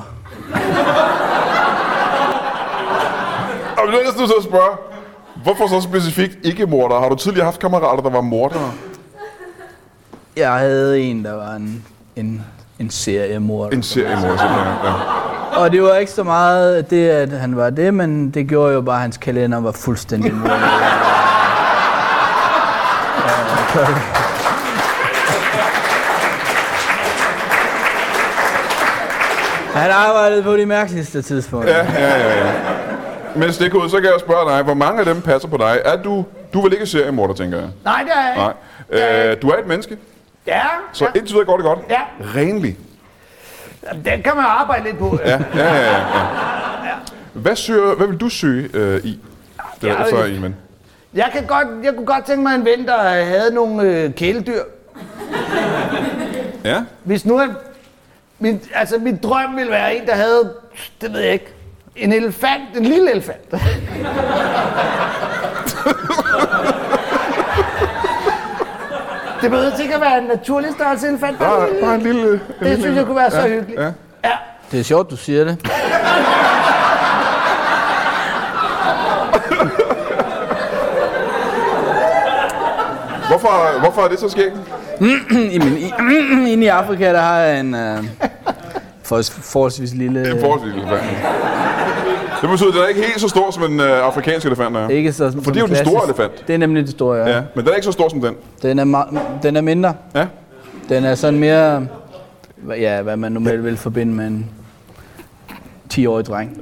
Og det er næsten så at spørge, hvorfor så specifikt ikke mordere? Har du tidligere haft kammerater, der var mordere? Jeg havde en, der var en, en, en seriemorder. En seriemorder, simpelthen. Ja. Og det var ikke så meget det, at han var det, men det gjorde jo bare, at hans kalender var fuldstændig mordet. Han arbejdede på de mærkeligste tidspunkter. Ja, ja, ja, ja. Men stikud, så kan jeg spørge dig, hvor mange af dem passer på dig? Er du, du er vel ikke seriemorder, tænker jeg? Nej, det er jeg ikke. Nej. Øh, du er et menneske, Ja, så ja. indtil videre går det godt. Ja. Renlig. Den kan man arbejde lidt på. Ja, ja, ja, ja. ja. Hvad, søger, hvad vil du søge øh, i? Det Jeg er efter vil- en ven. Jeg, kan godt, jeg kunne godt tænke mig en ven, der havde nogle øh, kæledyr. Ja? Hvis nu... Han, min, altså, min drøm ville være en, der havde... Det ved jeg ikke. En elefant. En lille elefant. Det behøver ikke at være en naturlig størrelse elefant. Bare Bare, en lille- bare en lille... En Det lille, synes jeg kunne være så ja, hyggeligt. Ja. Ja. Det er sjovt, du siger det. Hvorfor, hvorfor er det så skægt? I min, i, inde i Afrika, der har jeg en, øh, For, forholdsvis lille... En forholdsvis lille elefant. Det betyder, at den er ikke helt så stor som en øh, afrikansk elefant er. Ikke så, For det er jo den store elefant. Det er nemlig det store, ja. Ja, men den er ikke så stor som den. Den er, ma- den er mindre. Ja. Den er sådan mere... Ja, hvad man normalt vil forbinde med en ti-årig dreng.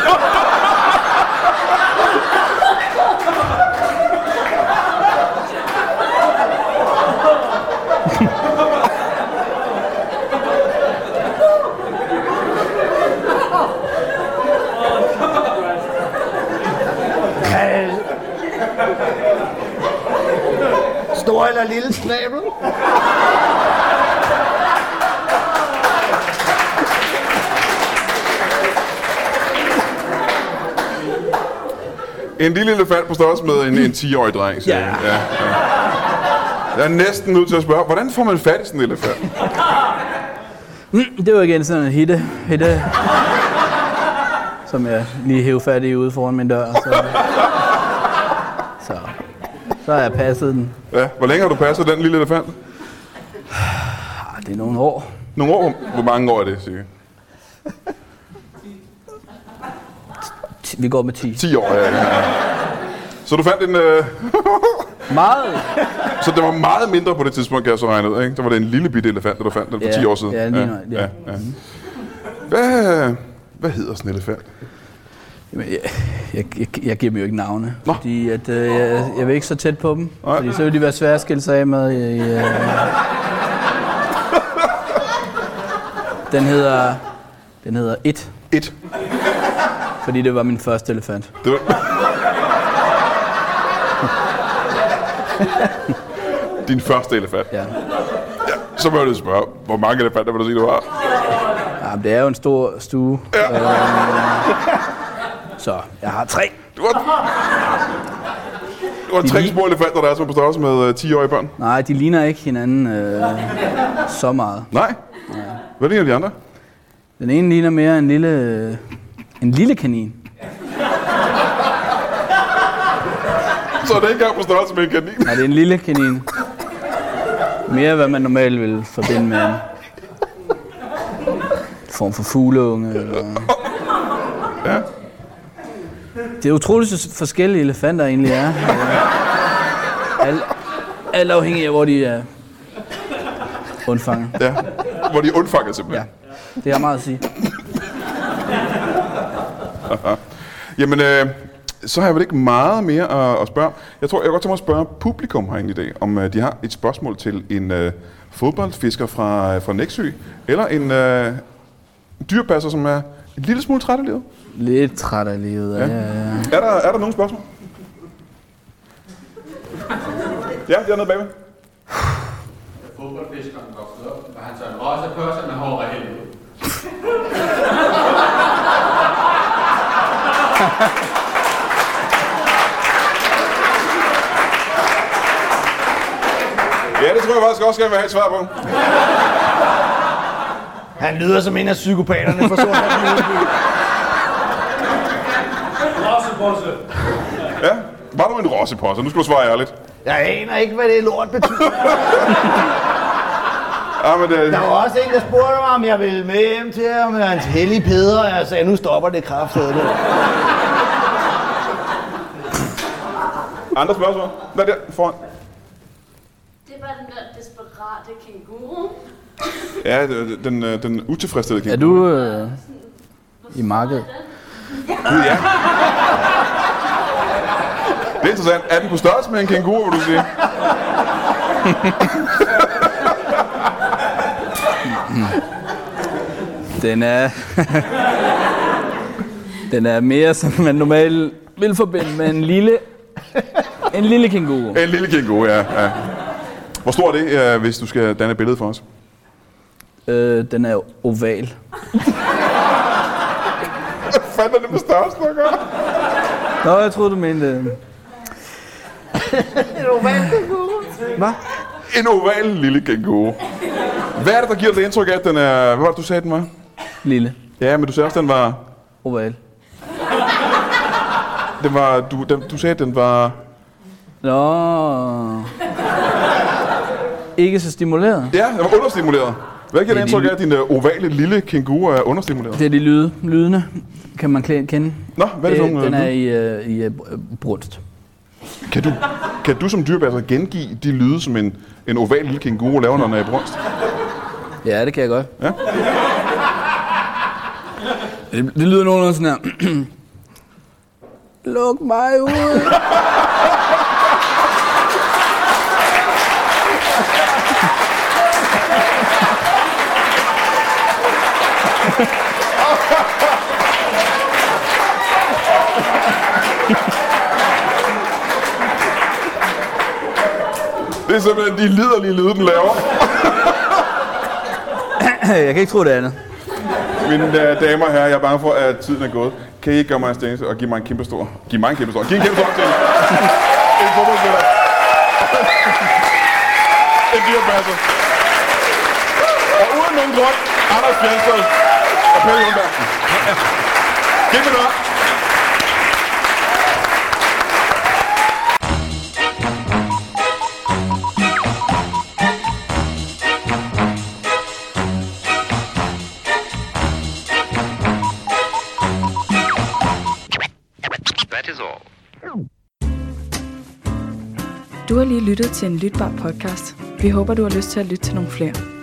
Stor eller lille snabel? En lille elefant på størrelse med en, en ti-årig dreng, siger Ja. jeg. Ja, ja. Jeg er næsten nødt til at spørge, hvordan får man fat i sådan en elefant? Mm, det var igen sådan en hitte, hitte som jeg lige hævde fat i ude foran min dør. Så, så, så har jeg passet den. Ja, hvor længe har du passet den lille elefant? Ah, det er nogle år. Nogle år? Hvor mange år er det, siger Vi går med ti. ti år, ja. ja. Så du fandt en... Øh... Meget. Så det var meget mindre på det tidspunkt, kan jeg så regne ud, ikke? Der var det en lille bitte elefant, der du fandt den for Ja, ti år siden. ja, lige ja, ja. ja. Hvad, hvad hedder sådan en elefant? Jamen, jeg, jeg, jeg, jeg giver dem jo ikke navne, Nå. fordi at, øh, jeg, jeg vil ikke så tæt på dem. Nej. Fordi så vil de være svære at skille sig af med. I, øh... Den hedder... Den hedder Et. Et. Fordi det var min første elefant. Det var... Din første elefant. Ja. Ja, så må du spørge, hvor mange elefanter vil du sige, du har? Ja, men det er jo en stor stue. Ja. Øhm, så jeg har tre. Du har, du har tre lige- små elefanter, der er så på størrelse med uh, ti-årige børn. Nej, de ligner ikke hinanden øh, så meget. Nej? Hvad ligner de andre? Den ene ligner mere en lille, en lille kanin. Så er det ikke engang på størrelse med en kanin. Nej, det er en lille kanin. Mere hvad man normalt vil forbinde med en form for fugleunge. Eller... Ja. Det er utroligt så forskellige elefanter egentlig er. Alt, alt afhængig af, hvor de er undfanget. Ja. Hvor de er undfanget Ja, simpelthen. det har meget at sige. Ja. Jamen, øh, så har jeg vel ikke meget mere at, at spørge. Jeg tror, jeg kan godt tænke mig at spørge publikum herinde i dag, om øh, de har et spørgsmål til en øh, fodboldfisker fra, fra Nexø, eller en øh, dyrepasser, som er en lille smule træt af livet. Lidt træt af livet, ja, ja, ja. Er der, er der nogle spørgsmål? Ja, jeg er nede bagved. Fodboldfiskeren voksede op, var han så en rosa person med hår af helvede. Ja, det tror jeg faktisk også, jeg vil have et svar på. Han lyder som en af psykopaterne for Sort Rosseposse. Ja, var du en rosseposse? Nu skal du svare ærligt. Jeg aner ikke, hvad det lort betyder. Ja, men det... Der var også en, der spurgte mig, om jeg ville med hjem til ham med hans hellige Peder, og jeg sagde, nu stopper det kraftedeme. Andre spørgsmål? Hvad er der foran? Det var den der desperate kænguru. Ja, det- den, øh, den utilfredsstillede Er kænguru. du øh, i markedet? Gud, ja. Det er interessant. Er den på størrelse med en kænguru, vil du sige? Den er... Den er mere, som man normalt vil forbinde med en lille... En lille kænguru. En lille kænguru, ja. ja. Hvor stor er det, øh, hvis du skal danne et billede for os? Øh, den er jo oval. Hvad fanden er det med størrelse at gøre? Nå, jeg troede, du mente... øh, Hvad? En oval lille kænguru. Hvad er det, der giver dig det indtryk af, at den er... Hvad var det, du sagde, den var? Lille. Ja, men du sagde også, den var... Oval. Den var du, den, du sagde, at den var... Nå... Ikke så stimuleret. Ja, den var understimuleret. Hvad giver det indtryk de af, at din øh, ovale lille kænguru er understimuleret? Det er de lyde. Lydene kan man klæ- kende. Nå, hvad er det for nogle Den øh, er lyde? i, øh, i øh, brunst. Kan du, kan du som dyrepasser gengive de lyde, som en, en oval lille kænguru laver, når den er i brunst? Ja, det kan jeg godt. Ja? Det, det lyder nogenlunde sådan her. Luk mig ud. Det er simpelthen de liderlige lyde, den laver. Jeg kan ikke tro det andet. Mine uh, damer og herrer, jeg er bange for, at tiden er gået. Kan I ikke gøre mig en stænelse og give mig en kæmpe stor? Giv mig en kæmpe stor. Giv en kæmpe stor til en fodboldspiller. En dyrepasser. Og uden nogen grund, Anders Fjeldsted og Pelle Lundbergsen. Giv mig noget. Du har lige lyttet til en lytbar podcast. Vi håber, du har lyst til at lytte til nogle flere.